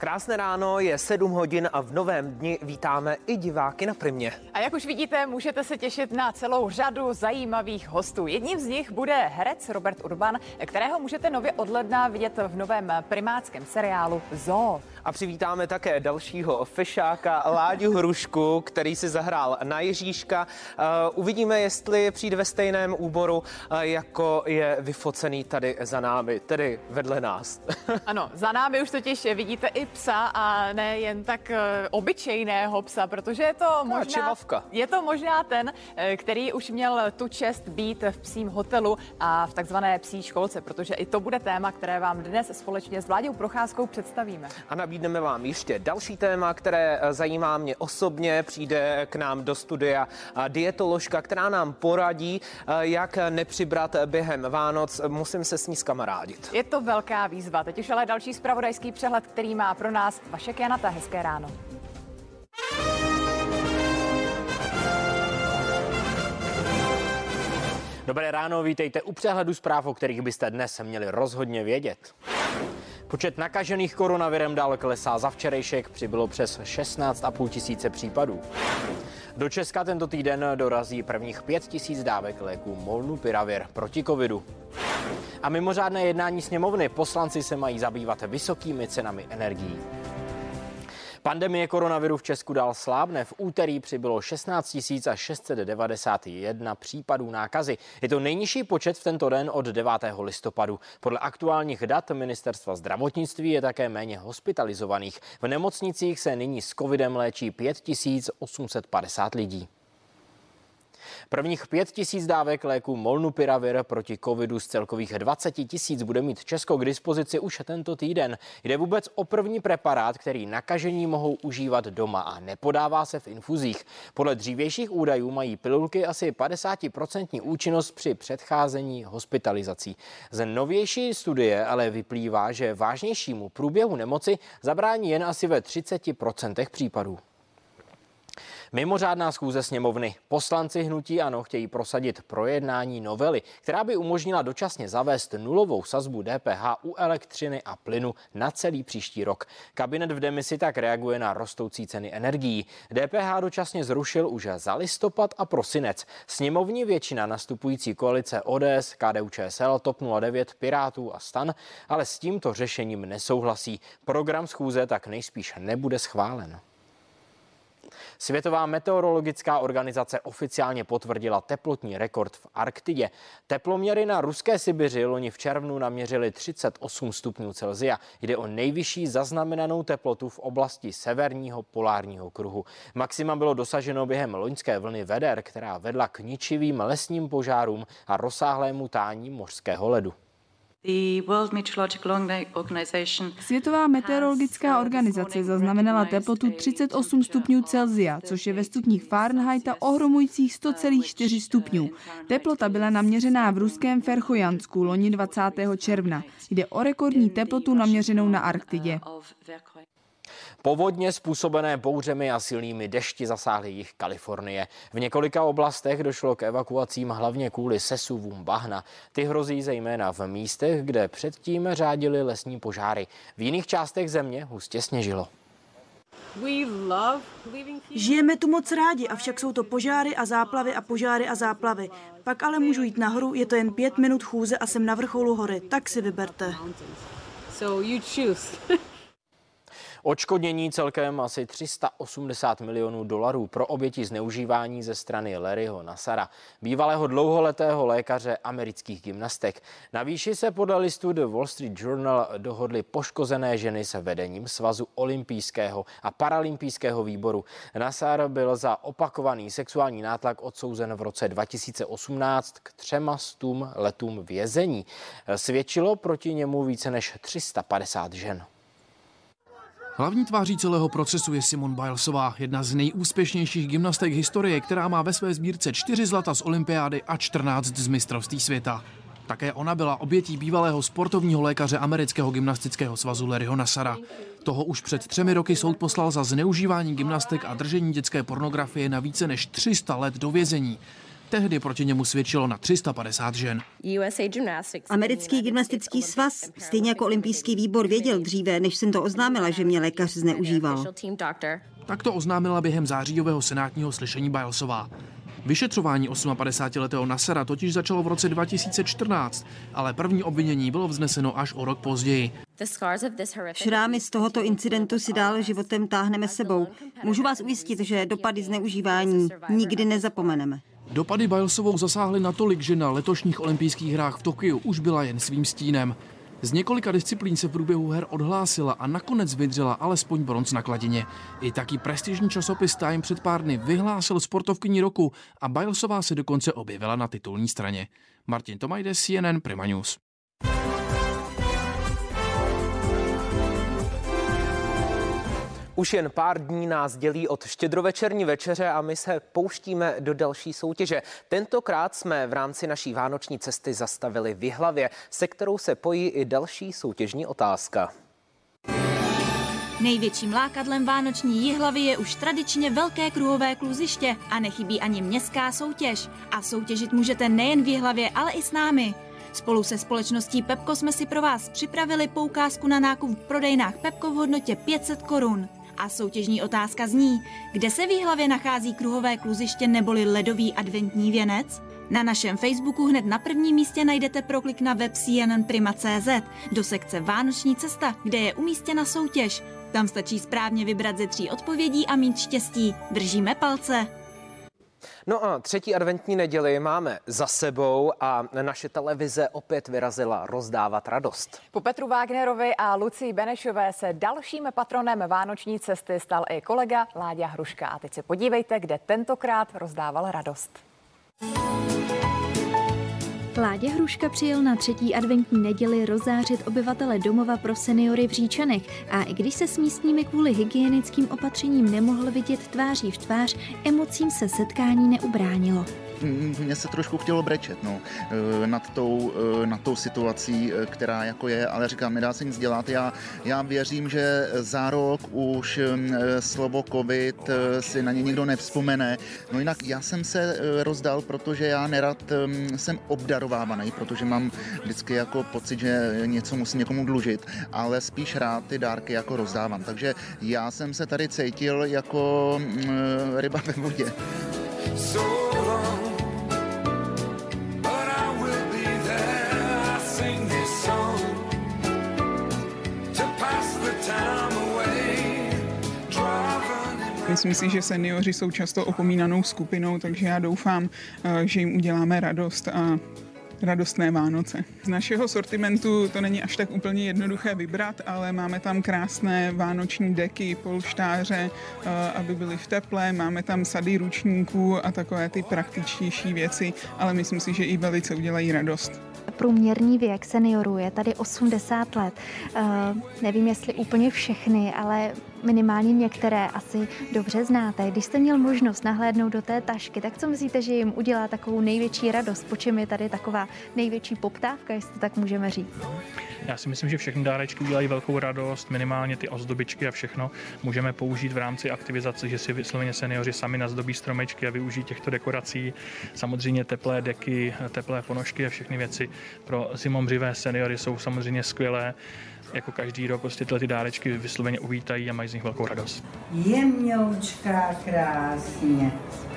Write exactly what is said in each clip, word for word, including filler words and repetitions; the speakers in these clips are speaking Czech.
Krásné ráno, je sedm hodin a v novém dni vítáme i diváky na Primě. A jak už vidíte, můžete se těšit na celou řadu zajímavých hostů. Jedním z nich bude herec Robert Urban, kterého můžete nově od ledna vidět v novém primáckém seriálu Zoo. A přivítáme také dalšího fešáka Láďu Hrušku, který si zahrál na Ježíška. Uh, uvidíme, jestli přijde ve stejném úboru, uh, jako je vyfocený tady za námi, tedy vedle nás. Ano, za námi už totiž vidíte i psa a ne jen tak uh, obyčejného psa, protože je to možná, je to možná ten, který už měl tu čest být v psím hotelu a v takzvané psí školce, protože i to bude téma, které vám dnes společně s Vláďou Procházkou představíme. A nabídneme vám ještě další téma, které zajímá mě osobně. Přijde k nám do studia dietoložka, která nám poradí, jak nepřibrat během Vánoc. Musím se s ní skamarádit. Je to velká výzva. Teď už ale další zpravodajský přehled, který má pro nás Vašek Janata. Hezké ráno. Dobré ráno, vítejte u přehledu zpráv, o kterých byste dnes měli rozhodně vědět. Počet nakažených koronavirem dál klesá. Za včerejšek přibylo přes šestnáct a půl tisíce případů. Do Česka tento týden dorazí prvních pět tisíc dávek léku Molnupiravir proti covidu. A mimořádné jednání sněmovny, poslanci se mají zabývat vysokými cenami energií. Pandemie koronaviru v Česku dál slábne. V úterý přibylo šestnáct tisíc šest set devadesát jedna případů nákazy. Je to nejnižší počet v tento den od devátého listopadu. Podle aktuálních dat Ministerstva zdravotnictví je také méně hospitalizovaných. V nemocnicích se nyní s covidem léčí pět tisíc osm set padesát lidí. Prvních pět tisíc dávek léku Molnupiravir proti covidu z celkových dvacet tisíc bude mít Česko k dispozici už tento týden. Jde vůbec o první preparát, který nakažení mohou užívat doma a nepodává se v infuzích. Podle dřívějších údajů mají pilulky asi padesát procent účinnost při předcházení hospitalizací. Z novější studie ale vyplývá, že vážnějšímu průběhu nemoci zabrání jen asi ve třiceti procentech případů. Mimořádná schůze sněmovny. Poslanci hnutí ANO chtějí prosadit projednání novely, která by umožnila dočasně zavést nulovou sazbu D P H u elektřiny a plynu na celý příští rok. Kabinet v demisi tak reaguje na rostoucí ceny energií. D P H dočasně zrušil už za listopad a prosinec. Sněmovní většina nastupující koalice O D S, K D U Č S L, TOP nula devět, Pirátů a STAN ale s tímto řešením nesouhlasí. Program schůze tak nejspíš nebude schválen. Světová meteorologická organizace oficiálně potvrdila teplotní rekord v Arktidě. Teploměry na ruské Sibiři loni v červnu naměřily třicet osm stupňů Celsia. Jde o nejvyšší zaznamenanou teplotu v oblasti severního polárního kruhu. Maxima bylo dosaženo během loňské vlny veder, která vedla k ničivým lesním požárům a rozsáhlému tání mořského ledu. Světová meteorologická organizace zaznamenala teplotu třicet osm stupňů Celsia, což je ve stupních Fahrenheita ohromujících sto celá čtyři stupňů. Teplota byla naměřená v ruském Verchojansku loni dvacátého června. Jde o rekordní teplotu naměřenou na Arktidě. Povodně způsobené bouřemi a silnými dešti zasáhly jih Kalifornie. V několika oblastech došlo k evakuacím hlavně kvůli sesuvům bahna. Ty hrozí zejména v místech, kde předtím řádily lesní požáry. V jiných částech země hustě sněžilo. Žijeme tu moc rádi, avšak jsou to požáry a záplavy a požáry a záplavy. Pak ale můžu jít nahoru, je to jen pět minut chůze a jsem na vrcholu hory, tak si vyberte. Odškodnění celkem asi tři sta osmdesát milionů dolarů pro oběti zneužívání ze strany Larryho Nassara, bývalého dlouholetého lékaře amerických gymnastek. Na výši se podle listu The Wall Street Journal dohodly poškozené ženy se vedením Svazu olympijského a paralympijského výboru. Nassar byl za opakovaný sexuální nátlak odsouzen v roce dva tisíce osmnáct k třema stům letům vězení. Svědčilo proti němu více než tři sta padesát žen. Hlavní tváří celého procesu je Simone Bilesová, jedna z nejúspěšnějších gymnastek historie, která má ve své sbírce čtyři zlata z olympiády a čtrnáct z mistrovství světa. Také ona byla obětí bývalého sportovního lékaře amerického gymnastického svazu Larryho Nassara. Toho už před třemi roky soud poslal za zneužívání gymnastek a držení dětské pornografie na více než tři sta let do vězení. Tehdy proti němu svědčilo na tři sta padesát žen. Americký gymnastický svaz, stejně jako olympijský výbor, věděl dříve, než jsem to oznámila, že mě lékař zneužíval. Tak to oznámila během zářijového senátního slyšení Bilesová. Vyšetřování osmapadesátiletého Nassera totiž začalo v roce dva tisíce čtrnáct, ale první obvinění bylo vzneseno až o rok později. Šrámy z tohoto incidentu si dál životem táhneme sebou. Můžu vás ujistit, že dopady zneužívání nikdy nezapomeneme. Dopady Bilesovou zasáhly natolik, že na letošních olympijských hrách v Tokiu už byla jen svým stínem. Z několika disciplín se v průběhu her odhlásila a nakonec vydřela alespoň bronz na kladině. I taky prestižní časopis Time před pár dny vyhlásil sportovkyní roku a Bilesová se dokonce objevila na titulní straně. Martin Tomajde, C N N Prima News. Už jen pár dní nás dělí od štědrovečerní večeře a my se pouštíme do další soutěže. Tentokrát jsme v rámci naší vánoční cesty zastavili v Jihlavě, se kterou se pojí i další soutěžní otázka. Největším lákadlem vánoční Jihlavy je už tradičně velké kruhové kluziště a nechybí ani městská soutěž. A soutěžit můžete nejen v Jihlavě, ale i s námi. Spolu se společností Pepco jsme si pro vás připravili poukázku na nákup v prodejnách Pepco v hodnotě pět set korun. A soutěžní otázka zní, kde se v Jihlavě nachází kruhové kluziště neboli ledový adventní věnec? Na našem Facebooku hned na prvním místě najdete proklik na web C N N Prima tečka cé zet do sekce Vánoční cesta, kde je umístěna soutěž. Tam stačí správně vybrat ze tří odpovědí a mít štěstí. Držíme palce. No a třetí adventní neděli máme za sebou a naše televize opět vyrazila rozdávat radost. Po Petru Wagnerovi a Lucii Benešové se dalším patronem vánoční cesty stal i kolega Láďa Hruška. A teď se podívejte, kde tentokrát rozdával radost. Láďa Hruška přijel na třetí adventní neděli rozzářit obyvatele domova pro seniory v Říčanech a i když se s místními kvůli hygienickým opatřením nemohl vidět tváří v tvář, emocím se setkání neubránilo. Mně se trošku chtělo brečet no, nad, tou, nad tou situací, která jako je, ale říkám, nedá se nic dělat. Já, já věřím, že za rok už slovo covid si na ně nikdo nevzpomene. No jinak já jsem se rozdal, protože já nerad jsem obdarovávaný, protože mám vždycky jako pocit, že něco musím někomu dlužit, ale spíš rád ty dárky jako rozdávám. Takže já jsem se tady cítil jako ryba ve vodě. Myslím si, že seniori jsou často opomínanou skupinou, takže já doufám, že jim uděláme radost a radostné Vánoce. Z našeho sortimentu to není až tak úplně jednoduché vybrat, ale máme tam krásné vánoční deky, polštáře, aby byly v teple, máme tam sady ručníků a takové ty praktičtější věci, ale myslím si, že i velice udělají radost. Průměrný věk seniorů je tady osmdesát let. Uh, nevím, jestli úplně všechny, ale minimálně některé asi dobře znáte. Když jste měl možnost nahlédnout do té tašky, tak co myslíte, že jim udělá takovou největší radost? Po čem je tady taková největší poptávka, jestli to tak můžeme říct? Já si myslím, že všechny dárečky udělají velkou radost, minimálně ty ozdobičky a všechno můžeme použít v rámci aktivizace, že si vysloveně seniori sami nazdobí stromečky a využijí těchto dekorací. Samozřejmě teplé deky, teplé ponožky a všechny věci pro zimomřivé seniory jsou samozřejmě skvělé. Jako každý rok prostě tyhle ty dárečky vysloveně uvítají a mají z nich velkou radost. Jemňoučká, krásně.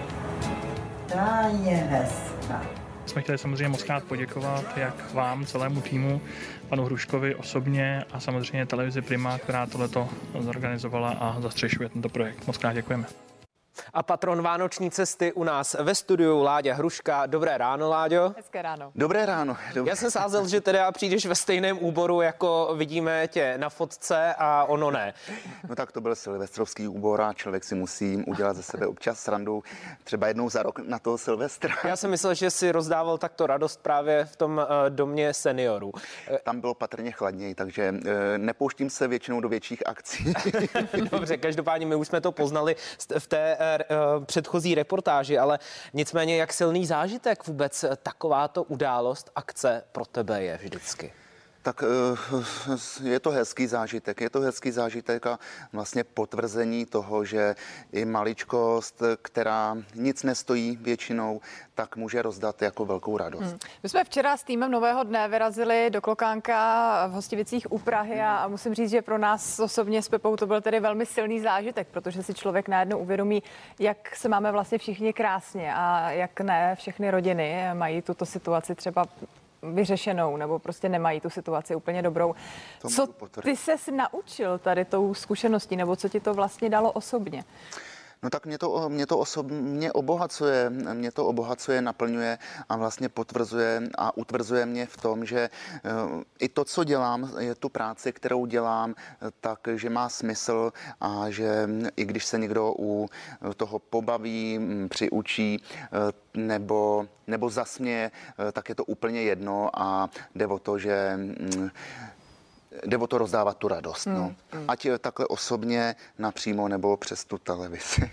Ta je hezká. Jsme chtěli samozřejmě moc krát poděkovat jak vám, celému týmu, panu Hruškovi osobně a samozřejmě televizi Prima, která tohleto zorganizovala a zastřešuje tento projekt. Moc krát děkujeme. A patron vánoční cesty u nás ve studiu Láďa Hruška. Dobré ráno, Láďo. Hezké ráno. Dobré ráno. Dobré. Já jsem sázel, že teda přijdeš ve stejném úboru, jako vidíme tě na fotce a ono ne. No tak to byl silvestrovský úbor a člověk si musí udělat ze sebe občas srandu, třeba jednou za rok na toho Silvestra. Já jsem myslel, že si rozdával takto radost právě v tom domě seniorů. Tam bylo patrně chladněji, takže nepouštím se většinou do větších akcí. Dobře, každopádně my už jsme to poznali v té předchozí reportáži, ale nicméně jak silný zážitek vůbec takováto událost, akce pro tebe je vždycky? Tak je to hezký zážitek. Je to hezký zážitek a vlastně potvrzení toho, že i maličkost, která nic nestojí většinou, tak může rozdat jako velkou radost. Hmm. My jsme včera s týmem Nového dne vyrazili do Klokánka v Hostivicích u Prahy a, a musím říct, že pro nás osobně s Pepou to byl tedy velmi silný zážitek, protože si člověk najednou uvědomí, jak se máme vlastně všichni krásně a jak ne všechny rodiny mají tuto situaci třeba vyřešenou nebo prostě nemají tu situaci úplně dobrou. Co ty ses naučil tady tou zkušeností nebo co ti to vlastně dalo osobně? No tak mě to, mě to osobně obohacuje, mě to obohacuje, naplňuje a vlastně potvrzuje a utvrzuje mě v tom, že i to, co dělám, je tu práci, kterou dělám, takže má smysl a že i když se někdo u toho pobaví, přiučí nebo, nebo zasměje, tak je to úplně jedno a jde o to, že jde o to rozdávat tu radost. Hmm. No. Ať takhle osobně, napřímo, nebo přes tu televizi.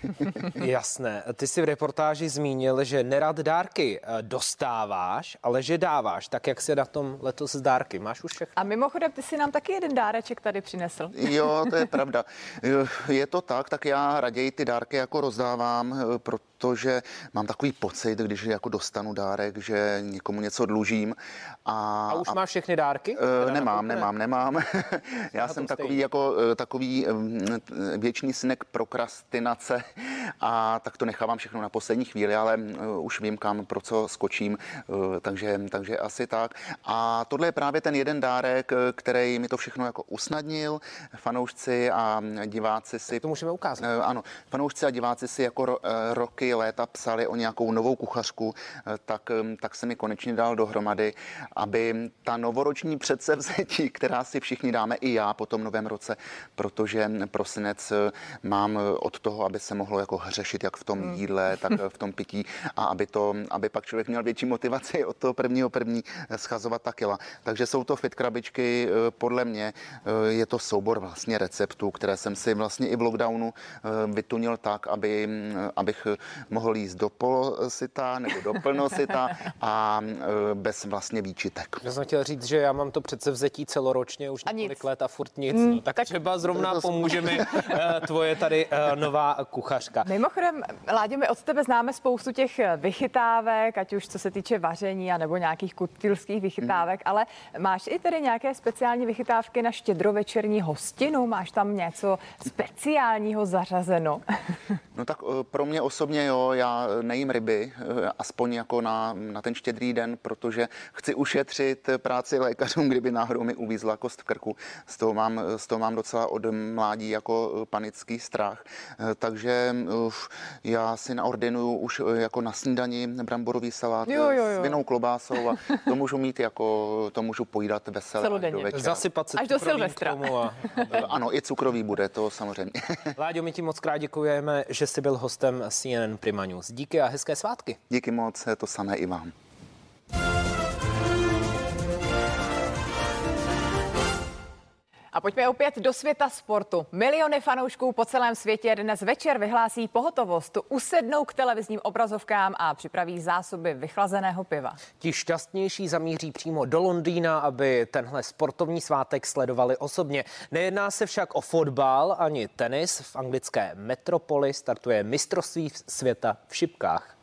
Jasné. Ty jsi v reportáži zmínil, že nerad dárky dostáváš, ale že dáváš, tak jak se na tom letos s dárky. Máš už všechno? A mimochodem, ty jsi nám taky jeden dáreček tady přinesl. Jo, to je pravda. Je to tak, tak já raději ty dárky jako rozdávám, protože mám takový pocit, když jako dostanu dárek, že někomu něco dlužím. A, a už máš všechny dárky? Uh, nemám, nemám, nemám. Já jsem takový jako takový věčný synek prokrastinace a tak to nechávám všechno na poslední chvíli, ale už vím, kam pro co skočím, takže, takže asi tak. A tohle je právě ten jeden dárek, který mi to všechno jako usnadnil. Fanoušci a diváci si... To můžeme ukázat. Ano, fanoušci a diváci si jako ro, roky, léta psali o nějakou novou kuchařku, tak, tak se mi konečně dal dohromady, aby ta novoroční předsevzetí, která si všichni dáme i já po tom novém roce, protože prosinec mám od toho, aby se mohlo jako hřešit jak v tom jídle, tak v tom pití a aby, to, aby pak člověk měl větší motivaci od toho prvního první schazovat ta kila. Takže jsou to fit krabičky, podle mě je to soubor vlastně receptů, které jsem si vlastně i v lockdownu vytunil tak, aby, abych mohl jíst do polosyta nebo do plnosyta a bez vlastně výčitek. Já jsem chtěl říct, že já mám to předsevzetí celoročně už několik let a furt nic. Mm, no, tak, tak třeba zrovna pomůže mi tvoje tady nová kuchařka. Mimochodem, Láďo, my od tebe známe spoustu těch vychytávek, ať už co se týče vaření a nebo nějakých kutilských vychytávek, mm. ale máš i tedy nějaké speciální vychytávky na štědrovečerní hostinu? Máš tam něco speciálního zařazeno? No tak pro mě osobně jo, já nejím ryby, aspoň jako na, na ten štědrý den, protože chci ušetřit práci lékařům, kdyby náhodou mi uvízla kost v krku. Z toho mám, z toho mám docela od mládí jako panický strach. Takže já si naordinuju už jako na snídani bramborový salát jo, jo, jo. s vinou klobásou a to můžu mít jako, to můžu pojídat veselé do večera. Zasypat se až do Silvestra. A... Ano, i cukrový bude, to samozřejmě. Láďo, my ti moc krát děkujeme, že jsi byl hostem C N N Prima News. Díky a hezké svátky. Díky moc, to samé i vám. A pojďme opět do světa sportu. Miliony fanoušků po celém světě dnes večer vyhlásí pohotovost, usednou k televizním obrazovkám a připraví zásoby vychlazeného piva. Ti šťastnější zamíří přímo do Londýna, aby tenhle sportovní svátek sledovali osobně. Nejedná se však o fotbal ani tenis. V anglické metropoli startuje mistrovství světa v šipkách.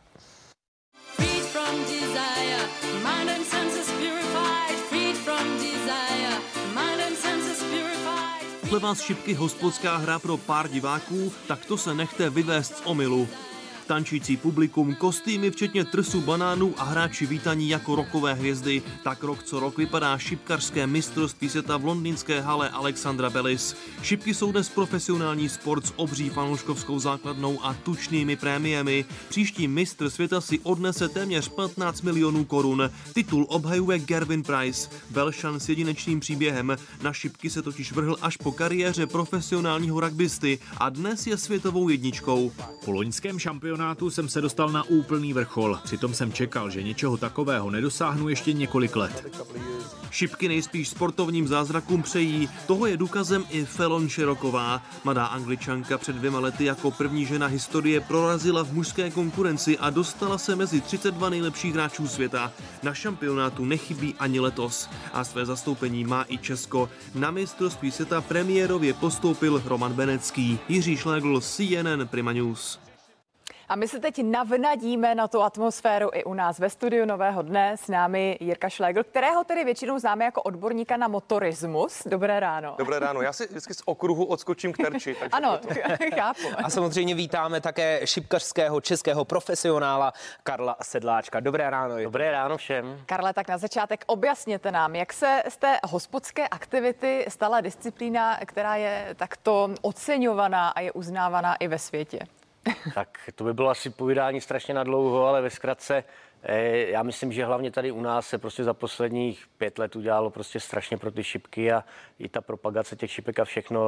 Takhle vás šipky hospodská hra pro pár diváků, tak to se nechte vyvést z omylu. Tančící publikum, kostýmy včetně trsu banánů a hráči vítaní jako rockové hvězdy. Tak rok co rok vypadá šipkařské mistrovství světa v londýnské hale Alexandra Bellis. Šipky jsou dnes profesionální sport s obří fanouškovskou základnou a tučnými prémiemi. Příští mistr světa si odnese téměř patnáct milionů korun. Titul obhajuje Gervin Price, Velšan s jedinečným příběhem. Na šipky se totiž vrhl až po kariéře profesionálního rugbysty a dnes je světovou jedničkou. Po loňském šampionátu jsem se dostal na úplný vrchol. Přitom jsem čekal, že něčeho takového nedosáhnu ještě několik let. Šipky nejspíš sportovním zázrakům přejí. Toho je důkazem i Fallon Široková. Mladá Angličanka před dvěma lety jako první žena historie prorazila v mužské konkurenci a dostala se mezi třicet dva nejlepších hráčů světa. Na šampionátu nechybí ani letos. A své zastoupení má i Česko. Na mistrovství světa premiérově postoupil Roman Benecký. Jiří Šlégl, C N N Prima News. A my se teď navnadíme na tu atmosféru i u nás ve studiu Nového dne. S námi Jirka Šlégl, kterého tedy většinou známe jako odborníka na motorismus. Dobré ráno. Dobré ráno. Já si vždycky z okruhu odskočím k terči. Ano, chápu. A samozřejmě vítáme také šipkařského českého profesionála Karla Sedláčka. Dobré ráno. Dobré ráno všem. Karle, tak na začátek objasněte nám, jak se z té hospodské aktivity stala disciplína, která je takto oceňovaná a je uznávaná i ve světě. Tak to by bylo asi povídání strašně nadlouho, ale ve zkratce já myslím, že hlavně tady u nás se prostě za posledních pět let udělalo prostě strašně pro ty šipky a i ta propagace těch šipek a všechno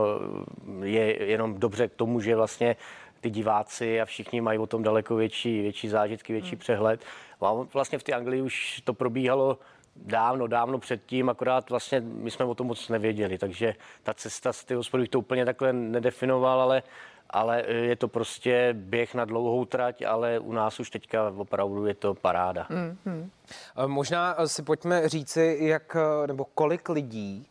je jenom dobře k tomu, že vlastně ty diváci a všichni mají o tom daleko větší, větší zážitky, větší přehled. A vlastně v té Anglii už to probíhalo dávno, dávno předtím, akorát vlastně my jsme o tom moc nevěděli, takže ta cesta z ty hospody to úplně takhle nedefinoval, ale ale je to prostě běh na dlouhou trať, ale u nás už teďka opravdu je to paráda. Mm-hmm. Možná si pojďme říci, jak nebo kolik lidí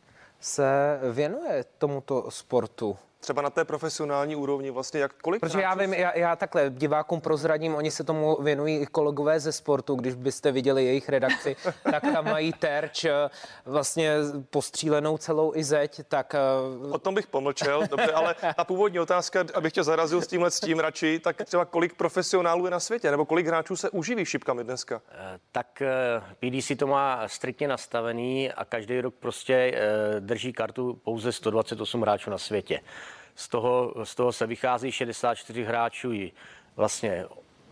se věnuje tomuto sportu. Třeba na té profesionální úrovni vlastně, jak kolik... Protože já vím, já, já takhle divákům prozradím, oni se tomu věnují i kolegové ze sportu, když byste viděli jejich redakci, tak tam mají terč, vlastně postřílenou celou i zeď, tak... O tom bych pomlčel, dobře, ale ta původní otázka, abych tě zarazil s tímhle s tím radši, tak třeba kolik profesionálů je na světě, nebo kolik hráčů se uživí šipkami dneska? Tak P D C to má striktně nastavený a každý rok prostě drží kartu pouze sto dvacet osm hráčů na světě. Z toho, z toho se vychází šedesát čtyři hráčů ji vlastně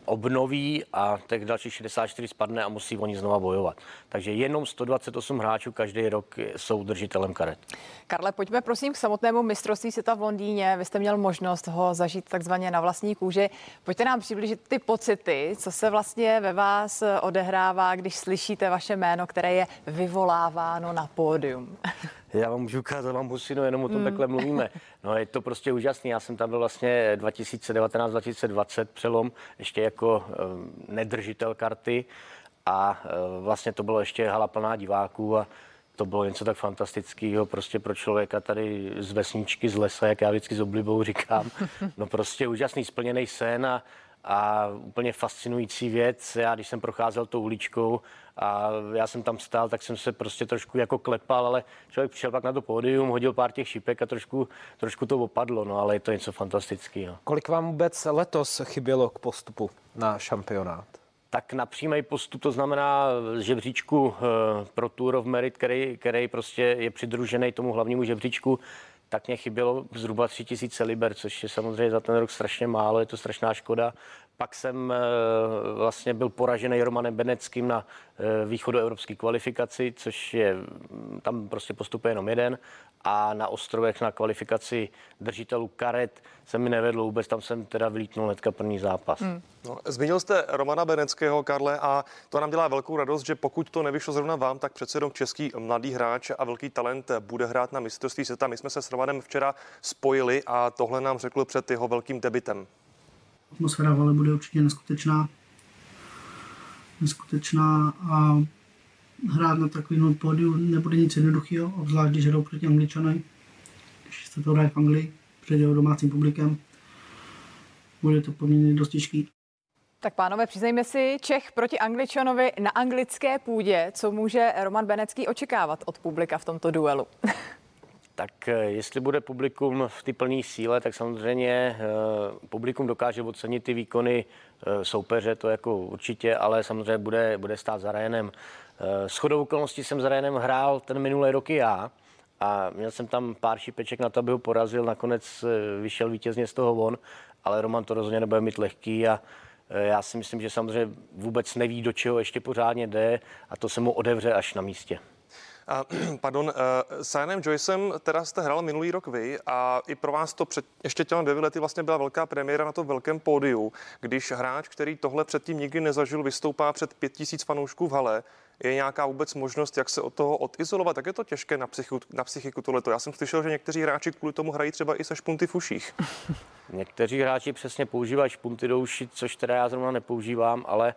obnoví a těch dalších šedesát čtyři spadne a musí oni znova bojovat. Takže jenom sto dvacet osm hráčů každý rok jsou držitelem karet. Karle, pojďme prosím k samotnému mistrovství světa v Londýně. Vy jste měl možnost ho zažít takzvaně na vlastní kůži. Pojďte nám přiblížit ty pocity, co se vlastně ve vás odehrává, když slyšíte vaše jméno, které je vyvoláváno na pódium. Já vám můžu ukázat, vám musím, jenom o tom mm. takhle mluvíme. No je to prostě úžasný. Já jsem tam byl vlastně dva tisíce devatenáct dva tisíce dvacet přelom, ještě jako um, nedržitel karty a uh, vlastně to bylo ještě hala plná diváků a to bylo něco tak fantastického prostě pro člověka tady z vesničky, z lesa, jak já vždycky s oblibou říkám. No prostě úžasný splněný sen a a úplně fascinující věc. Já, když jsem procházel tou uličkou a já jsem tam stál, tak jsem se prostě trošku jako klepal, ale člověk přišel pak na to pódium, hodil pár těch šipek a trošku, trošku to opadlo, no ale je to něco fantastického. Kolik vám vůbec letos chybělo k postupu na šampionát? Tak na přímý postup, to znamená žebříčku pro Tour of Merit, který, který prostě je přidružený tomu hlavnímu žebříčku, tak mě chybělo zhruba tři tisíce liber, což je samozřejmě za ten rok strašně málo, je to strašná škoda. Pak jsem vlastně byl poražený Romanem Beneckým na východoevropské kvalifikaci, což je, tam prostě postupuje jenom jeden. A na ostrovech na kvalifikaci držitelů karet se mi nevedlo vůbec, tam jsem teda vylítnul hnedka první zápas. Hmm. No, zmínil jste Romana Beneckého, Karle, a to nám dělá velkou radost, že pokud to nevyšlo zrovna vám, tak přece jenom český mladý hráč a velký talent bude hrát na mistrovství světa. My jsme se s Romanem včera spojili a tohle nám řekl před jeho velkým debutem. Atmosféra v hale bude určitě neskutečná. Neskutečná a hrát na takovém pódiu nebude nic jednoduchého, obzvlášť když hrajou proti Angličany. Když se to hraje v Anglii před jeho domácím publikem, bude to poměrně dost těžký. Tak pánové, přiznejme si, Čech proti Angličanovi na anglické půdě. Co může Roman Benecký očekávat od publika v tomto duelu? Tak jestli bude publikum v té plné síle, tak samozřejmě publikum dokáže ocenit ty výkony soupeře, to jako určitě, ale samozřejmě bude, bude stát za Ryanem. Shodou okolností jsem za Ryanem hrál ten minulý rok i já a měl jsem tam pár šipeček na to, aby ho porazil, nakonec vyšel vítězně z toho on, ale Roman to rozhodně nebude mít lehký a já si myslím, že samozřejmě vůbec neví, do čeho ještě pořádně jde a to se mu odevře až na místě. Uh, pardon, uh, s Ianem Joycem teda jste hrál minulý rok vy a i pro vás to před ještě těmi devěti lety vlastně byla velká premiéra na tom velkém pódiu, když hráč, který tohle předtím nikdy nezažil, vystoupá před pět tisíc fanoušků v hale. Je nějaká vůbec možnost, jak se od toho odizolovat? Tak je to těžké na psychiku, na psychiku tohleto. Já jsem slyšel, že někteří hráči kvůli tomu hrají třeba i se špunty v uších. Někteří hráči přesně používají špunty do uší, což teda já zrovna nepoužívám, ale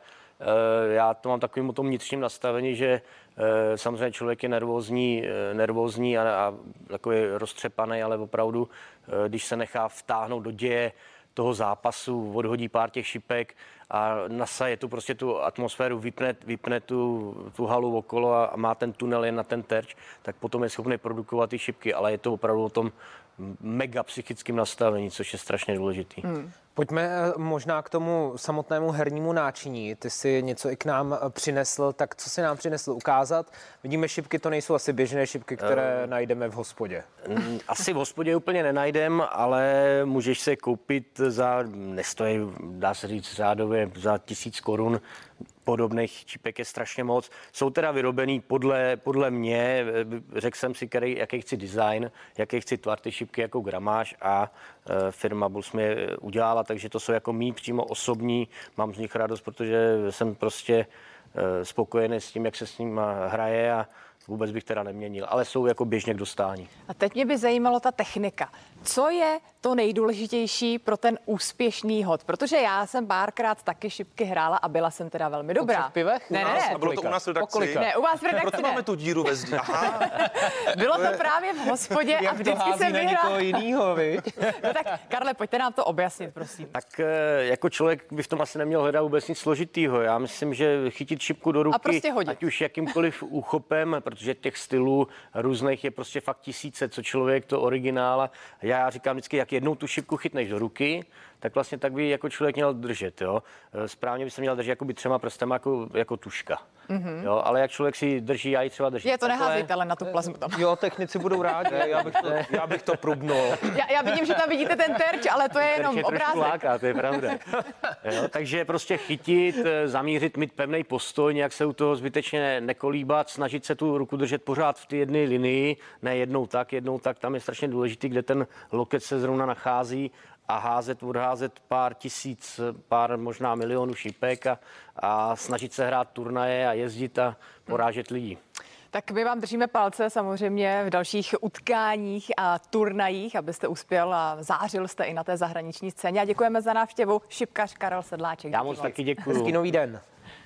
e, já to mám takovým o tom vnitřním nastavení, že e, samozřejmě člověk je nervózní, e, nervózní a, a takový roztřepaný, ale opravdu, e, když se nechá vtáhnout do děje toho zápasu, odhodí pár těch šipek a nasaje tu prostě tu atmosféru, vypne, vypne tu, tu halu okolo a má ten tunel jen na ten terč, tak potom je schopný produkovat ty šipky, ale je to opravdu o tom mega psychickém nastavení, což je strašně důležitý. Hmm. Pojďme možná k tomu samotnému hernímu náčiní. Ty si něco i k nám přinesl, tak co si nám přinesl ukázat? Vidíme šipky, to nejsou asi běžné šipky, které uh, najdeme v hospodě. Asi v hospodě úplně nenajdem, ale můžeš se koupit za, nestojí, dá se říct řádově, za tisíc korun. Podobných čipek je strašně moc. Jsou teda vyrobený podle, podle mě, řekl jsem si, který, jaký chci design, jaký chci tvar ty šipky, jakou gramáž a e, firma Bulls mi je udělala, takže to jsou jako mý přímo osobní, mám z nich radost, protože jsem prostě e, spokojený s tím, jak se s ním hraje a vůbec bych teda neměnil, ale jsou jako běžně k dostání. A teď mě by zajímalo ta technika. Co je to nejdůležitější pro ten úspěšný hod? Protože já jsem párkrát taky šipky hrála a byla jsem teda velmi dobrá. Po pivech? Ne, ne, ne. A bylo to u nás v redakci? Ne, u vás v redakci Proto ne. máme tu díru ve zdi. Aha. Bylo to právě v hospodě a vždycky jsem vyhrála. jinýho, No tak, Karle, pojďte nám to objasnit, prosím. Tak jako člověk by v tom asi neměl hledat vůbec nic složitýho. Já myslím, že chytit šipku do ruky, a prostě hodit. Ať už jakýmkoliv úchopem, protože těch stylů různých je prostě fakt tisíce, co člověk to originál. Já říkám vždycky, jak jednou tu šipku chytneš do ruky, tak vlastně tak by jako člověk měl držet, jo. Správně by se měl držet jakoby třema prstama jako, jako tuška. Mm-hmm. Jo, ale jak člověk si drží, já ji třeba držím. Je to neházejte, ale na tu plazmu tam. Jo, technici budou rádi, já bych to, já bych to prubnul. Já, já vidím, že tam vidíte ten terč, ale to je jenom je obrázek. Láká, to je pravda. Jo, takže prostě chytit, zamířit, mít pevný postoj, nějak se u toho zbytečně nekolíbat, snažit se tu ruku držet pořád v té jedné linii, ne jednou tak, jednou tak, tam je strašně důležitý, kde ten loket se zrovna nachází a házet, odházet pár tisíc, pár možná milionů šipek a, a snažit se hrát turnaje a jezdit a porážet lidi. Tak my vám držíme palce samozřejmě v dalších utkáních a turnajích, abyste uspěl a zářil jste i na té zahraniční scéně. A děkujeme za návštěvu šipkař Karel Sedláček. Já moc taky děkuju. Hezký nový den.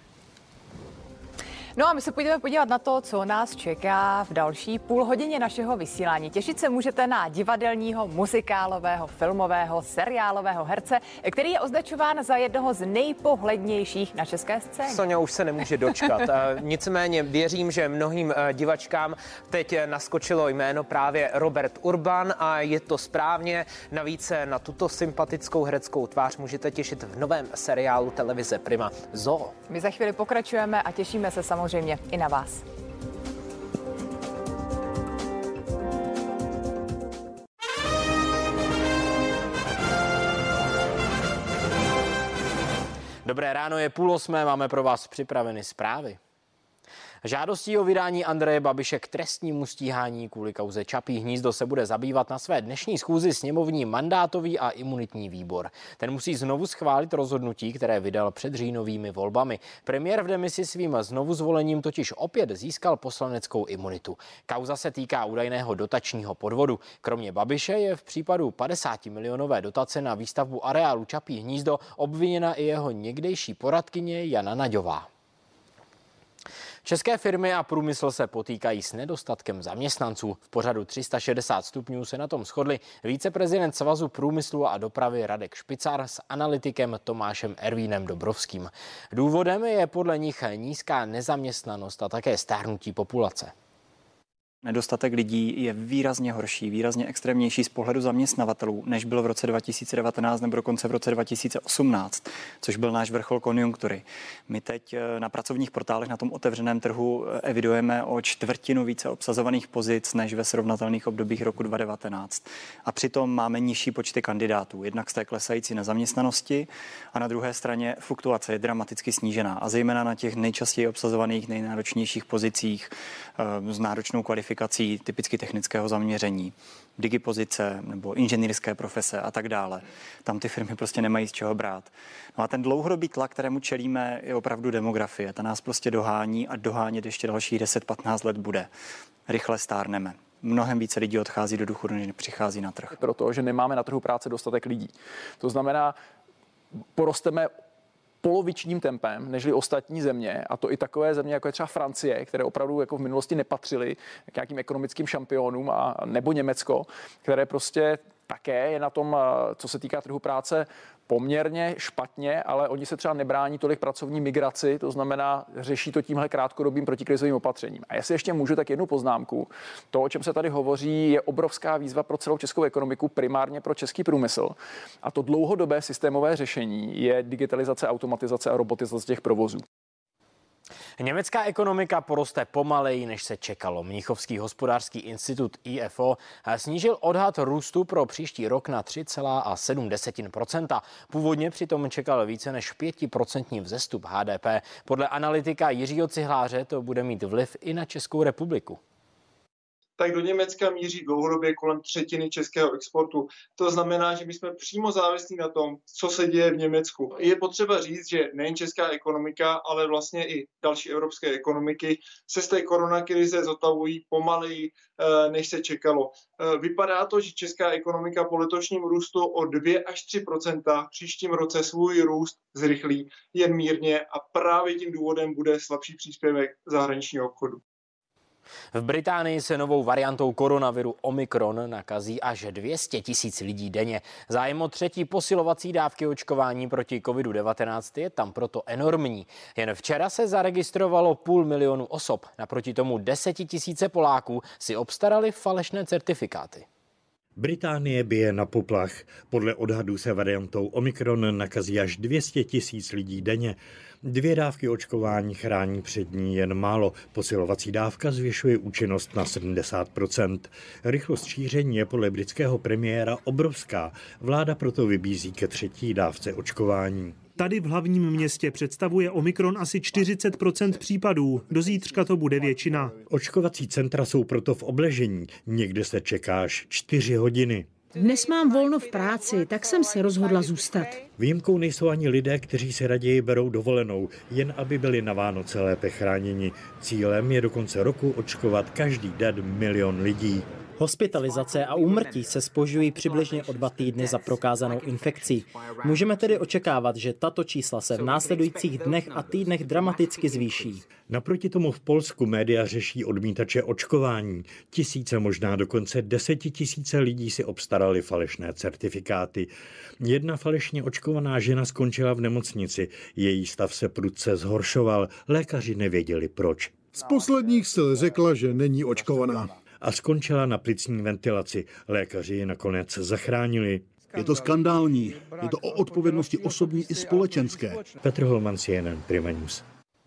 No a my se půjdeme podívat na to, co nás čeká v další půl hodině našeho vysílání. Těšit se můžete na divadelního, muzikálového, filmového, seriálového herce, který je označován za jednoho z nejpohlednějších na české scéně. Soňa už se nemůže dočkat. Nicméně věřím, že mnohým divačkám teď naskočilo jméno právě Robert Urban a je to správně. Navíc na tuto sympatickou hereckou tvář můžete těšit v novém seriálu televize Prima Zoo. My za chvíli pokračujeme a těšíme se samozřejmě Samozřejmě i na vás. Dobré ráno, je půl osmé, máme pro vás připraveny zprávy. Žádostí o vydání Andreje Babiše k trestnímu stíhání kvůli kauze Čapí hnízdo se bude zabývat na své dnešní schůzi sněmovní mandátový a imunitní výbor. Ten musí znovu schválit rozhodnutí, které vydal před říjnovými volbami. Premiér v demisi svým znovu zvolením totiž opět získal poslaneckou imunitu. Kauza se týká údajného dotačního podvodu. Kromě Babiše je v případu padesátimilionové dotace na výstavbu areálu Čapí hnízdo obviněna i jeho někdejší poradkyně Jana Naďová. České firmy a průmysl se potýkají s nedostatkem zaměstnanců. V pořadu tři sta šedesát stupňů se na tom shodli viceprezident Svazu průmyslu a dopravy Radek Špicar s analytikem Tomášem Ervínem Dobrovským. Důvodem je podle nich nízká nezaměstnanost a také stárnutí populace. Nedostatek lidí je výrazně horší, výrazně extrémnější z pohledu zaměstnavatelů, než bylo v roce dva tisíce devatenáct nebo dokonce v roce dva tisíce osmnáct, což byl náš vrchol konjunktury. My teď na pracovních portálech na tom otevřeném trhu evidujeme o čtvrtinu více obsazovaných pozic než ve srovnatelných obdobích roku dva tisíce devatenáct. A přitom máme nižší počty kandidátů, jednak z té klesající nezaměstnanosti a na druhé straně fluktuace je dramaticky snížená a zejména na těch nejčastěji obsazovaných, nejnáročnějších pozicích s náročnou kvalifikací, typicky technického zaměření, digipozice nebo inženýrské profese a tak dále. Tam ty firmy prostě nemají z čeho brát. No a ten dlouhodobý tlak, kterému čelíme, je opravdu demografie. Ta nás prostě dohání a dohánět ještě dalších deset patnáct let bude. Rychle stárneme. Mnohem více lidí odchází do důchodu, než přichází na trh. Protože nemáme na trhu práce dostatek lidí. To znamená, porosteme polovičním tempem nežli ostatní země, a to i takové země, jako je třeba Francie, které opravdu jako v minulosti nepatřily k nějakým ekonomickým šampionům, a nebo Německo, které prostě také je na tom, co se týká trhu práce, poměrně špatně, ale oni se třeba nebrání tolik pracovní migraci, to znamená, řeší to tímhle krátkodobým protikrizovým opatřením. A jestli ještě můžu, tak jednu poznámku. To, o čem se tady hovoří, je obrovská výzva pro celou českou ekonomiku, primárně pro český průmysl. A to dlouhodobé systémové řešení je digitalizace, automatizace a robotizace těch provozů. Německá ekonomika poroste pomaleji, než se čekalo. Mnichovský hospodářský institut I F O snížil odhad růstu pro příští rok na tři celá sedm procenta. Původně přitom čekal více než pětiprocentní vzestup H D P. Podle analytika Jiřího Cihláře to bude mít vliv i na Českou republiku. Tak do Německa míří dlouhodobě kolem třetiny českého exportu. To znamená, že my jsme přímo závislí na tom, co se děje v Německu. Je potřeba říct, že nejen česká ekonomika, ale vlastně i další evropské ekonomiky se z té koronakrize zotavují pomaleji, než se čekalo. Vypadá to, že česká ekonomika po letošním růstu o dvě až tři procenta v příštím roce svůj růst zrychlí jen mírně a právě tím důvodem bude slabší příspěvek zahraničního obchodu. V Británii se novou variantou koronaviru Omikron nakazí až dvě stě tisíc lidí denně. Zájem o třetí posilovací dávky očkování proti kovidu devatenáct je tam proto enormní. Jen včera se zaregistrovalo půl milionu osob. Naproti tomu desetitisíce Poláků si obstarali falešné certifikáty. Británie bije na poplach. Podle odhadů se variantou Omikron nakazí až dvě stě tisíc lidí denně. Dvě dávky očkování chrání před ní jen málo. Posilovací dávka zvyšuje účinnost na sedmdesát procent. Rychlost šíření je podle britského premiéra obrovská. Vláda proto vybízí ke třetí dávce očkování. Tady v hlavním městě představuje Omikron asi čtyřicet procent případů. Do zítřka to bude většina. Očkovací centra jsou proto v obležení. Někde se čeká až čtyři hodiny. Dnes mám volno v práci, tak jsem se rozhodla zůstat. Výjimkou nejsou ani lidé, kteří se raději berou dovolenou, jen aby byli na Vánoce lépe chráněni. Cílem je do konce roku očkovat každý den milion lidí. Hospitalizace a úmrtí se zpožďují přibližně o dva týdny za prokázanou infekcí. Můžeme tedy očekávat, že tato čísla se v následujících dnech a týdnech dramaticky zvýší. Naproti tomu v Polsku média řeší odmítače očkování. Tisíce, možná dokonce desetitisíce lidí si obstarali falešné certifikáty. Jedna falešně očkovaná žena skončila v nemocnici. Její stav se prudce zhoršoval. Lékaři nevěděli proč. Z posledních sil řekla, že není očkovaná. A skončila na plicní ventilaci. Lékaři ji nakonec zachránili. Je to skandální. Je to o odpovědnosti osobní i společenské. Petr Holman, C N N, Prima News.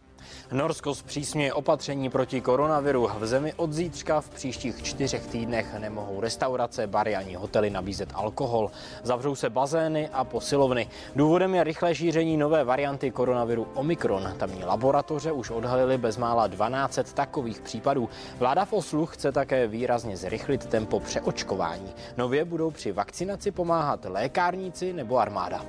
Norsko zpřísňuje opatření proti koronaviru. V zemi od zítřka v příštích čtyřech týdnech nemohou restaurace, bary ani hotely nabízet alkohol. Zavřou se bazény a posilovny. Důvodem je rychlé šíření nové varianty koronaviru Omikron. Tamní laboratoře už odhalily bezmála dvanáct set takových případů. Vláda v Oslu chce také výrazně zrychlit tempo přeočkování. Nově budou při vakcinaci pomáhat lékárníci nebo armáda.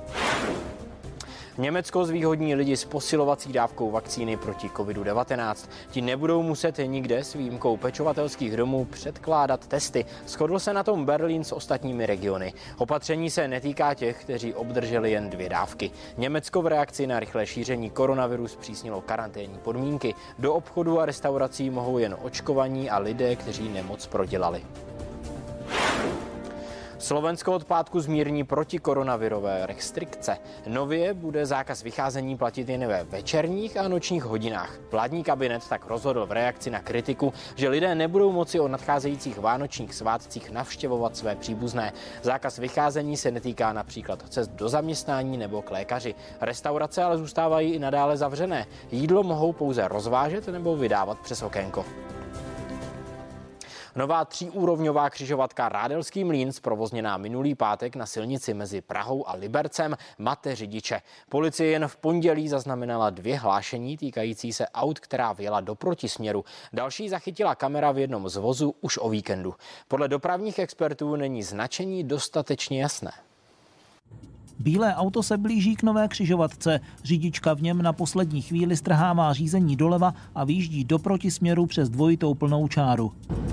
Německo zvýhodní lidi s posilovací dávkou vakcíny proti kovidu devatenáct. Ti nebudou muset nikde s výjimkou pečovatelských domů předkládat testy. Shodl se na tom Berlín s ostatními regiony. Opatření se netýká těch, kteří obdrželi jen dvě dávky. Německo v reakci na rychlé šíření koronaviru zpřísnilo karanténní podmínky. Do obchodu a restaurací mohou jen očkovaní a lidé, kteří nemoc prodělali. Slovensko od pátku zmírní protikoronavirové restrikce. Nově bude zákaz vycházení platit jen ve večerních a nočních hodinách. Vládní kabinet tak rozhodl v reakci na kritiku, že lidé nebudou moci o nadcházejících vánočních svátcích navštěvovat své příbuzné. Zákaz vycházení se netýká například cest do zaměstnání nebo k lékaři. Restaurace ale zůstávají i nadále zavřené. Jídlo mohou pouze rozvážet nebo vydávat přes okénko. Nová tříúrovňová křižovatka Rádelský mlýn, zprovozněná minulý pátek na silnici mezi Prahou a Libercem, mate řidiče. Policie jen v pondělí zaznamenala dvě hlášení týkající se aut, která vyjela do protisměru. Další zachytila kamera v jednom z vozů už o víkendu. Podle dopravních expertů není značení dostatečně jasné. Bílé auto se blíží k nové křižovatce. Řidička v něm na poslední chvíli strhává řízení doleva a vyjíždí do protisměru přes dvojitou plnou čáru.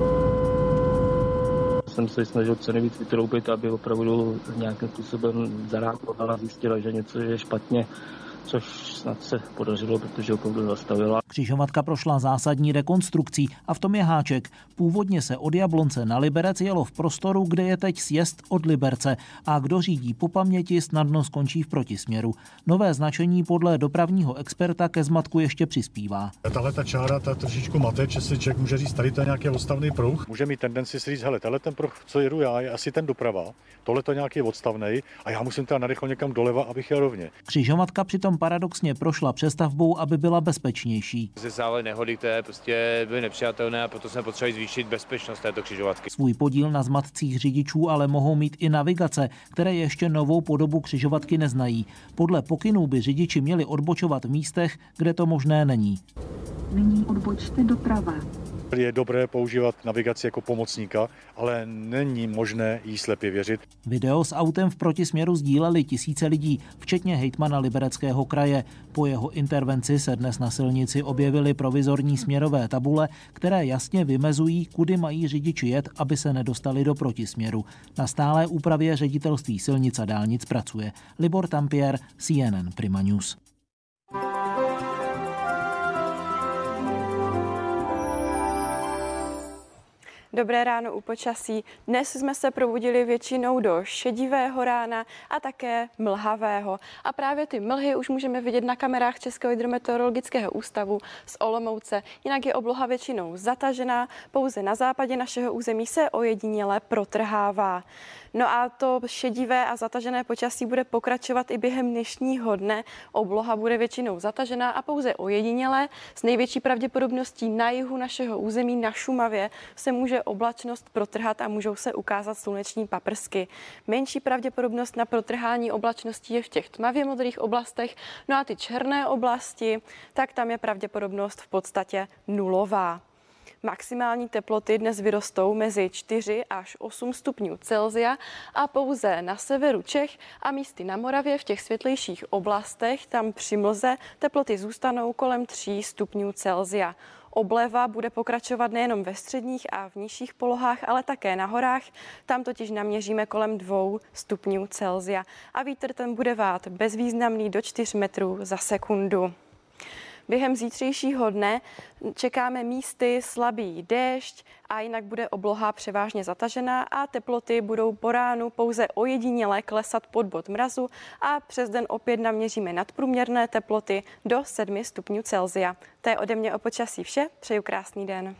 Jsem se snažil co nejvíc vytroubit, aby opravdu nějakým způsobem zareagovala a zjistila, že něco je špatně, což snad se podařilo, protože opravdu zastavila. Křižovatka prošla zásadní rekonstrukcí a v tom je háček. Původně se od Jablonce na Liberec jelo v prostoru, kde je teď sjezd od Liberce a kdo řídí po paměti, snadno skončí v protisměru. Nové značení podle dopravního experta ke zmatku ještě přispívá. Tahle ta čára, ta trošičku mate, že si člověk může říct, tady to je nějaký odstavný pruh. Může mít tendenci si říct, hele, tenhle ten pruh, co jedu já, je asi ten doprava, tohle to je nějaký odstavnej a já musím teda narychlo někam doleva, abych jel rovně. Křižovatka přitom paradoxně prošla přestavbou, aby byla bezpečnější. Se stávaly nehody, které prostě byly nepřijatelné a proto jsme potřebovali zvýšit bezpečnost této křižovatky. Svůj podíl na zmatcích řidičů ale mohou mít i navigace, které ještě novou podobu křižovatky neznají. Podle pokynů by řidiči měli odbočovat v místech, kde to možné není. Nyní odbočte doprava. Je dobré používat navigaci jako pomocníka, ale není možné jí slepě věřit. Video s autem v protisměru sdíleli tisíce lidí, včetně hejtmana Libereckého kraje. Po jeho intervenci se dnes na silnici objevily provizorní směrové tabule, které jasně vymezují, kudy mají řidiči jet, aby se nedostali do protisměru. Na stálé úpravě ředitelství silnic a dálnic pracuje. Libor Tampier, C N N Prima News. Dobré ráno u počasí. Dnes jsme se probudili většinou do šedivého rána a také mlhavého. A právě ty mlhy už můžeme vidět na kamerách Českého hydrometeorologického ústavu z Olomouce. Jinak je obloha většinou zatažená, pouze na západě našeho území se ojediněle protrhává. No a to šedivé a zatažené počasí bude pokračovat i během dnešního dne. Obloha bude většinou zatažená a pouze ojedinělé. S největší pravděpodobností na jihu našeho území na Šumavě se může oblačnost protrhat a můžou se ukázat sluneční paprsky. Menší pravděpodobnost na protrhání oblačností je v těch tmavě modrých oblastech. No a ty černé oblasti, tak tam je pravděpodobnost v podstatě nulová. Maximální teploty dnes vyrostou mezi čtyři až osm stupňů Celsia a pouze na severu Čech a místy na Moravě v těch světlejších oblastech, tam při mlze teploty zůstanou kolem tří stupňů Celsia. Obleva bude pokračovat nejenom ve středních a v nižších polohách, ale také na horách. Tam totiž naměříme kolem dvou stupňů Celsia a vítr ten bude vát bezvýznamný do čtyř metrů za sekundu. Během zítřejšího dne čekáme místy slabý déšť a jinak bude obloha převážně zatažená a teploty budou po ránu pouze ojediněle klesat pod bod mrazu a přes den opět naměříme nadprůměrné teploty do sedmi stupňů Celsia. To je ode mě o počasí vše, přeju krásný den.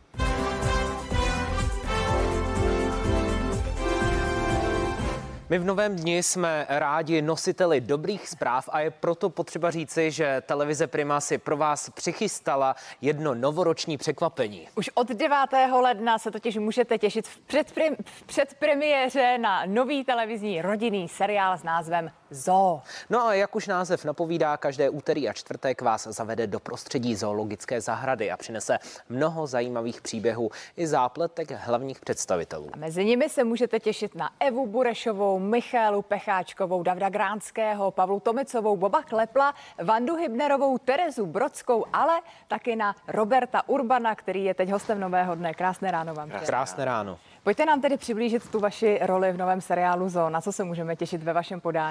My v novém dni jsme rádi nositeli dobrých zpráv a je proto potřeba říci, že televize Prima si pro vás přichystala jedno novoroční překvapení. Už od devátého ledna se totiž můžete těšit v, předprim, v předpremiéře na nový televizní rodinný seriál s názvem Zoo. No a jak už název napovídá, každé úterý a čtvrtek vás zavede do prostředí zoologické zahrady a přinese mnoho zajímavých příběhů i zápletek hlavních představitelů. A mezi nimi se můžete těšit na Evu Burešovou, Michálu Pecháčkovou, Davida Gránského, Pavlu Tomicovou, Boba Klepla, Vandu Hybnerovou, Terezu Brodskou, ale taky na Roberta Urbana, který je teď hostem Nového dne. Krásné ráno vám. Krásné ráno. Pojďte nám tedy přiblížit tu vaši roli v novém seriálu Zoo. Na co se můžeme těšit ve vašem podání?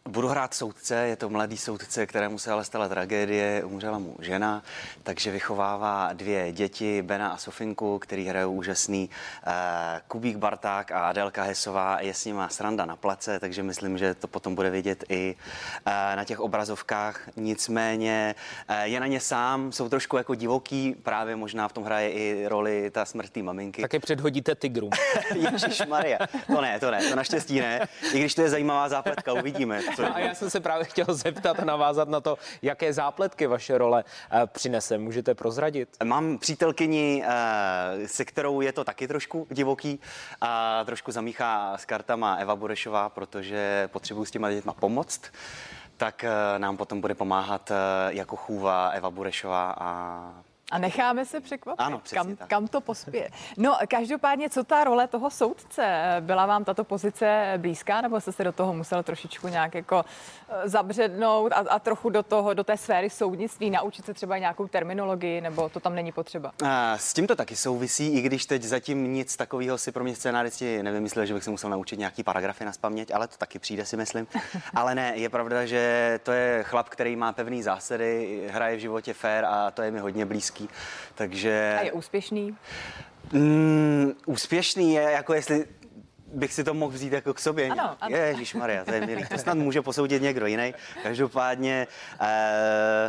Budu hrát soudce, je to mladý soudce, kterému se ale stala tragédie, umřela mu žena, takže vychovává dvě děti, Bena a Sofinku, který hrajou úžasný uh, Kubík Barták a Adélka Hesová, je s nima sranda na place, takže myslím, že to potom bude vidět i uh, na těch obrazovkách. Nicméně uh, je na ně sám, jsou trošku jako divoký, právě možná v tom hraje i roli ta smrt té maminky. Taky předhodíte tygru. Ježišmarja, to ne, to ne, to naštěstí ne, i když to je zajímavá zápletka, uvidíme. A já jsem se právě chtěl zeptat a navázat na to, jaké zápletky vaše role přinese. Můžete prozradit? Mám přítelkyni, se kterou je to taky trošku divoký a trošku zamíchá s kartama Eva Burešová, protože potřebuji s těma dětma pomoct. Tak nám potom bude pomáhat jako chůva Eva Burešová a A necháme se překvapit, ano, kam, kam to pospěje. No, každopádně, co ta role toho soudce? Byla vám tato pozice blízká, nebo jste se do toho musel trošičku nějak jako zabřednout a, a trochu do toho, do té sféry soudnictví, naučit se třeba nějakou terminologii, nebo to tam není potřeba? S tím to taky souvisí, i když teď zatím nic takového si pro mě scénáristi nevymysleli, že bych se musel naučit nějaký paragrafy nazpaměť, ale to taky přijde, si myslím. Ale ne, je pravda, že to je chlap, který má pevný zásady, hraje v životě fair a to je mi hodně blízký. Takže... A je úspěšný? Mm, úspěšný je, jako jestli bych si to mohl vzít jako k sobě. Ano, ano. Ježišmarja, to je milý. To snad může posoudit někdo jiný. Každopádně eh,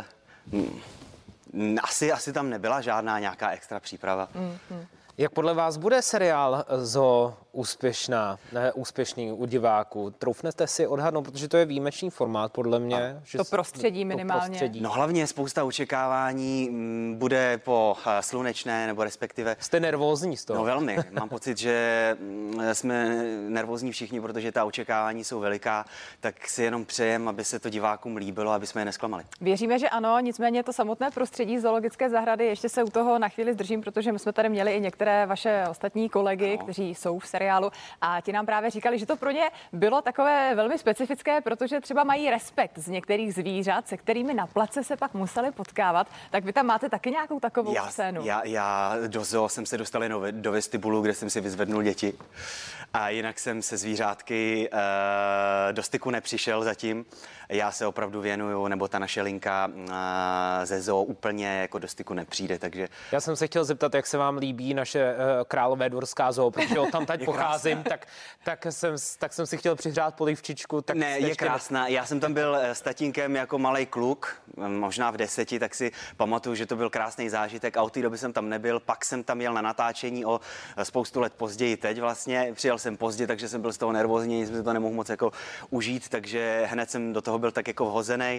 mm, asi, asi tam nebyla žádná nějaká extra příprava. Mm, mm. Jak podle vás bude seriál Zoo úspěšná, ne, úspěšný u diváků? Troufnete si odhadnout, protože to je výjimečný formát, podle mě. Že to prostředí minimálně. To prostředí. No hlavně spousta očekávání m, bude po uh, slunečné, nebo respektive... Jste nervózní z toho? No velmi. Mám pocit, že m, jsme nervózní všichni, protože ta očekávání jsou veliká, tak si jenom přejem, aby se to divákům líbilo, aby jsme je nesklamali. Věříme, že ano, nicméně to samotné prostředí zoologické zahrady, ještě se u toho na chvíli zdržím, protože my jsme tady měli i některé vaše ostatní kolegy, no. kteří jsou v seriálu a ti nám právě říkali, že to pro ně bylo takové velmi specifické, protože třeba mají respekt z některých zvířat, se kterými na place se pak museli potkávat. Tak vy tam máte taky nějakou takovou já, scénu? Já, já do zoo jsem se dostal do, do vestibulu, kde jsem si vyzvednul děti a jinak jsem se zvířátky uh, do styku nepřišel zatím. Já se opravdu věnuju, nebo ta naše linka uh, ze zoo úplně jako do styku nepřijde, takže... Já jsem se chtěl zeptat, jak se vám líbí naše uh, Králové dvorská zoo, protože od tam teď pocházím, tak, tak, jsem, tak jsem si chtěl přihřát polivčičku. Tak ne, je krásná. Já jsem tam byl s tatínkem jako malej kluk, možná v deseti, tak si pamatuju, že to byl krásný zážitek a od té doby jsem tam nebyl, pak jsem tam jel na natáčení o spoustu let později teď vlastně, přijel jsem pozdě, takže jsem byl z toho nervózní, nic mi to nemohl moc jako užít, takže hned jsem do toho byl tak jako vhozenej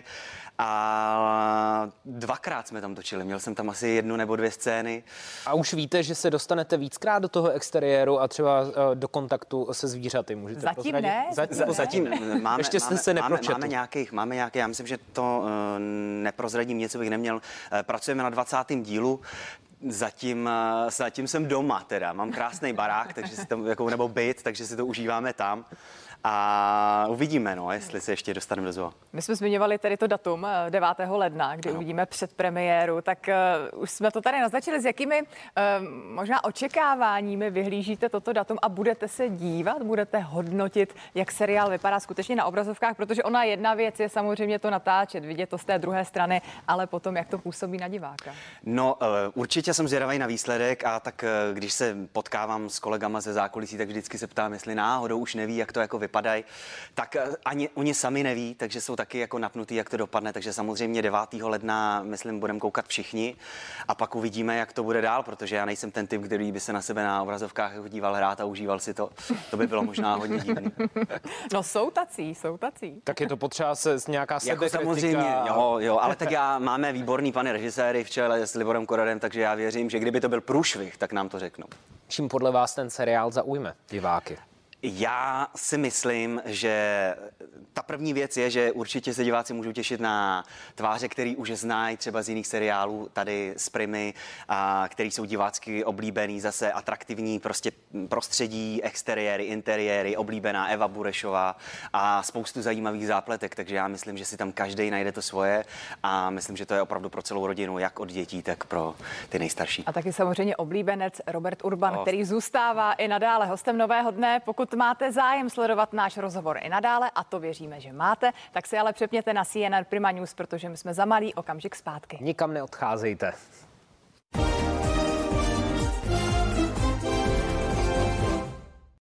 a dvakrát jsme tam točili, měl jsem tam asi jednu nebo dvě scény. A už víte, že se dostanete víckrát do toho exteriéru a třeba do kontaktu se zvířaty, můžete Zatím prozradit? ne. Zatím, Z, zatím máme, ještě jste máme, se máme, nepročetl. máme nějakých, máme nějaké, já myslím, že to uh, neprozradím, něco bych neměl. Uh, pracujeme na dvacátém dílu. Zatím, zatím jsem doma teda, mám krásný barák, takže si to, jako, nebo byt, takže si to užíváme tam. A uvidíme, no, jestli se ještě dostaneme do zoo. My jsme zmiňovali tedy to datum devátého ledna, kdy ano. uvidíme předpremiéru, tak uh, už jsme to tady naznačili, s jakými uh, možná očekáváními vyhlížíte toto datum a budete se dívat, budete hodnotit, jak seriál vypadá skutečně na obrazovkách, protože ona jedna věc je samozřejmě to natáčet, vidět to z té druhé strany, ale potom, jak to působí na diváka. No, uh, určitě jsem zvědavý na výsledek a tak uh, když se potkávám s kolegama ze zákulisí, tak vždycky se ptám, jestli náhodou už neví, jak to jako vypadá. Padají, tak ani oni sami neví, takže jsou taky jako napnutý, jak to dopadne, takže samozřejmě devátého ledna, myslím, budeme koukat všichni a pak uvidíme, jak to bude dál, protože já nejsem ten typ, který by se na sebe na obrazovkách díval hrát a užíval si to. To by bylo možná hodně divný. No jsou tací, jsou tací. Tak je to potřeba se z nějaká sebekritika. Jako samozřejmě, jo, jo, ale tak já máme výborný pane režiséry v čele s Liborem Koradem, takže já věřím, že kdyby to byl průšvih, tak nám to řeknou. Čím podle vás ten seriál zaujme diváky? Já si myslím, že ta první věc je, že určitě se diváci můžou těšit na tváře, který už znají třeba z jiných seriálů, tady z Primy, a který jsou divácky oblíbený, zase atraktivní prostě prostředí, exteriéry, interiéry, oblíbená Eva Burešová a spoustu zajímavých zápletek, takže já myslím, že si tam každý najde to svoje a myslím, že to je opravdu pro celou rodinu, jak od dětí, tak pro ty nejstarší. A taky samozřejmě oblíbenec Robert Urban, oh. který zůstává i nadále hostem Nového dne. Pokud Pokud máte zájem sledovat náš rozhovor i nadále, a to věříme, že máte, tak si ale přepněte na C N N Prima News, protože my jsme za malý okamžik zpátky. Nikam neodcházejte.